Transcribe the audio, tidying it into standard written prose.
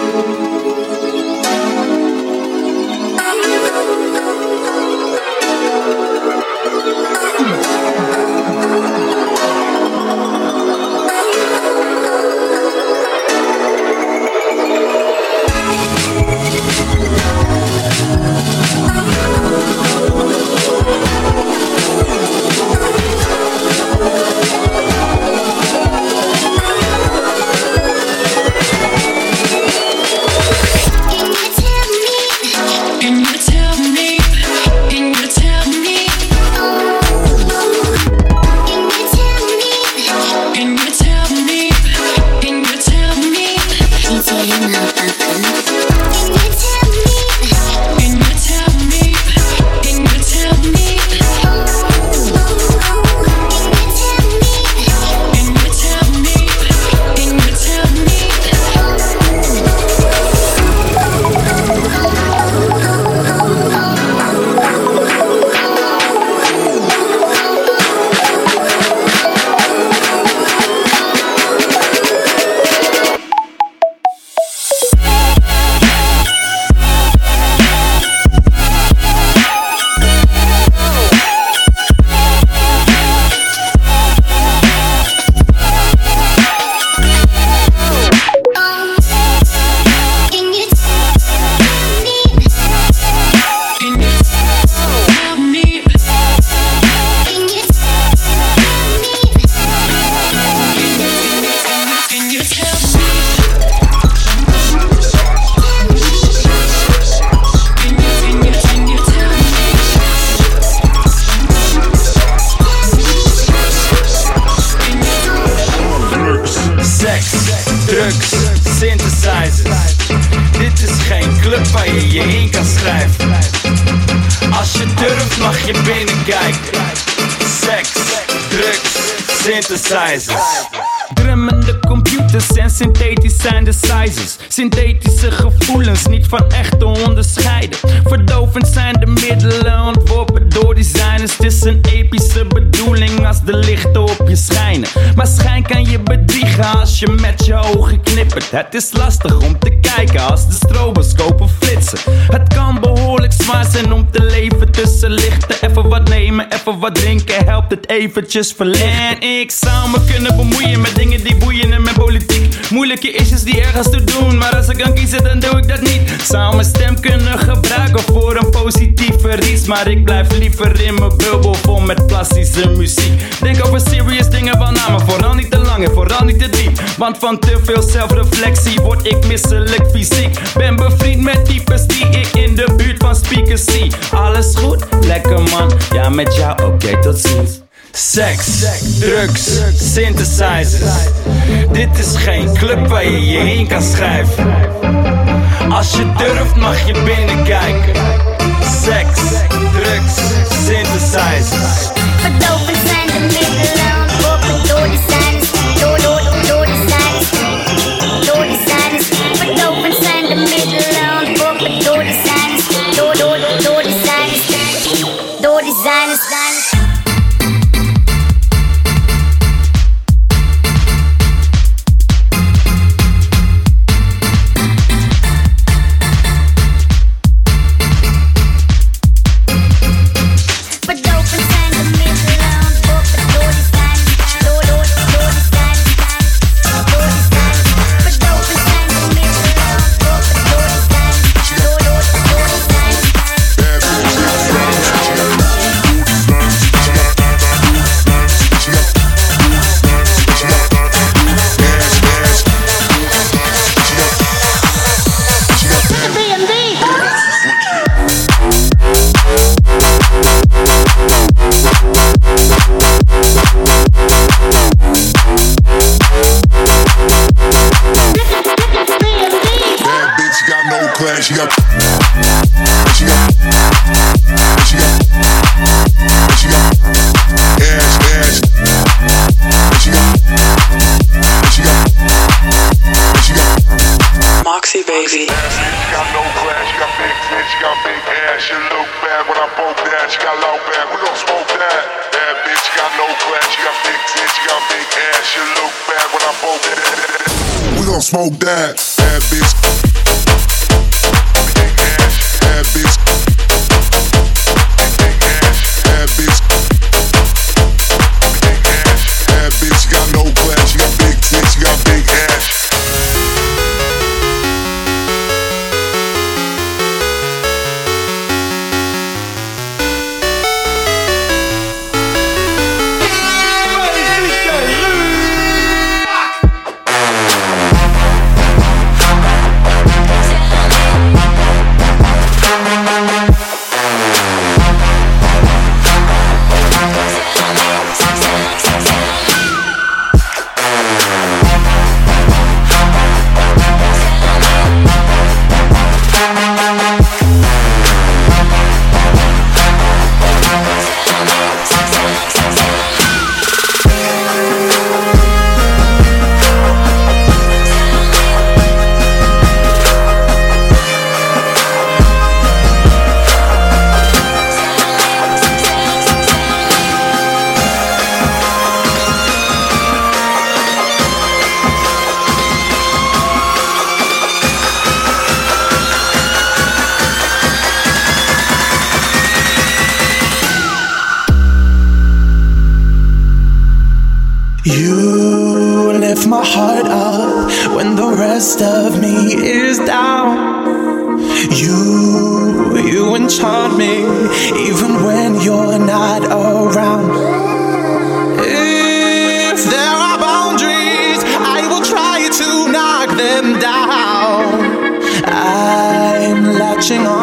synthesizers. Dit is geen club waar je je in kan schrijven. Als je durft mag je binnenkijken. Seks, drugs, synthesizers. Drummende computers en synthetisch synthesizers. Synthetische gevoelens niet van echt te onderscheiden. Verdovend zijn de middelen ontworpen door designers. Het is een epische bedoeling als de lichten op je schijnen. Maar schijn kan je bedriegen als je met je ogen knippert. Het is lastig om te kijken als de stroboscopen flitsen. Het kan behoorlijk zwaar zijn om te leven tussen lichten. Even wat nemen, even wat drinken, helpt het eventjes verlichten. En ik zou me kunnen bemoeien met dingen die boeien en met politiek. Moeilijke issues die ergens te doen, maar als ik kan kiezen dan doe ik dat niet. Zou mijn stem kunnen gebruiken voor een positieve ries. Maar ik blijf liever in mijn bubbel vol met plastische muziek. Denk over serious dingen wel na, maar vooral niet te lang en vooral niet te diep. Want van te veel zelfreflectie word ik misselijk fysiek. Ben bevriend met types die ik in de buurt van speakers zie. Alles goed? Lekker man, ja met jou oké, tot ziens. Seks, drugs, synthesizers. Dit is geen club waar je je heen kan schrijven. Als je durft mag je binnenkijken. Seks, drugs, synthesizers. Verdovend zijn de middelen ontworpen door designers. Door designers. Door designers. Verdovend zijn de middelen ontworpen door designers. Door designers. Door designers. She got ass. She got Moxie baby. she got no class. She got big tits. She got big ass. She look bad when I poke that. She got low back. We gon' smoke that. Bad bitch. She got no class. She got big tits. She got big ass. She look bad when I poke that. We gon' smoke that. Bad bitch. You lift my heart up when the rest of me is down. You enchant me even when you're not around. If there are boundaries, I will try to knock them down. I'm latching on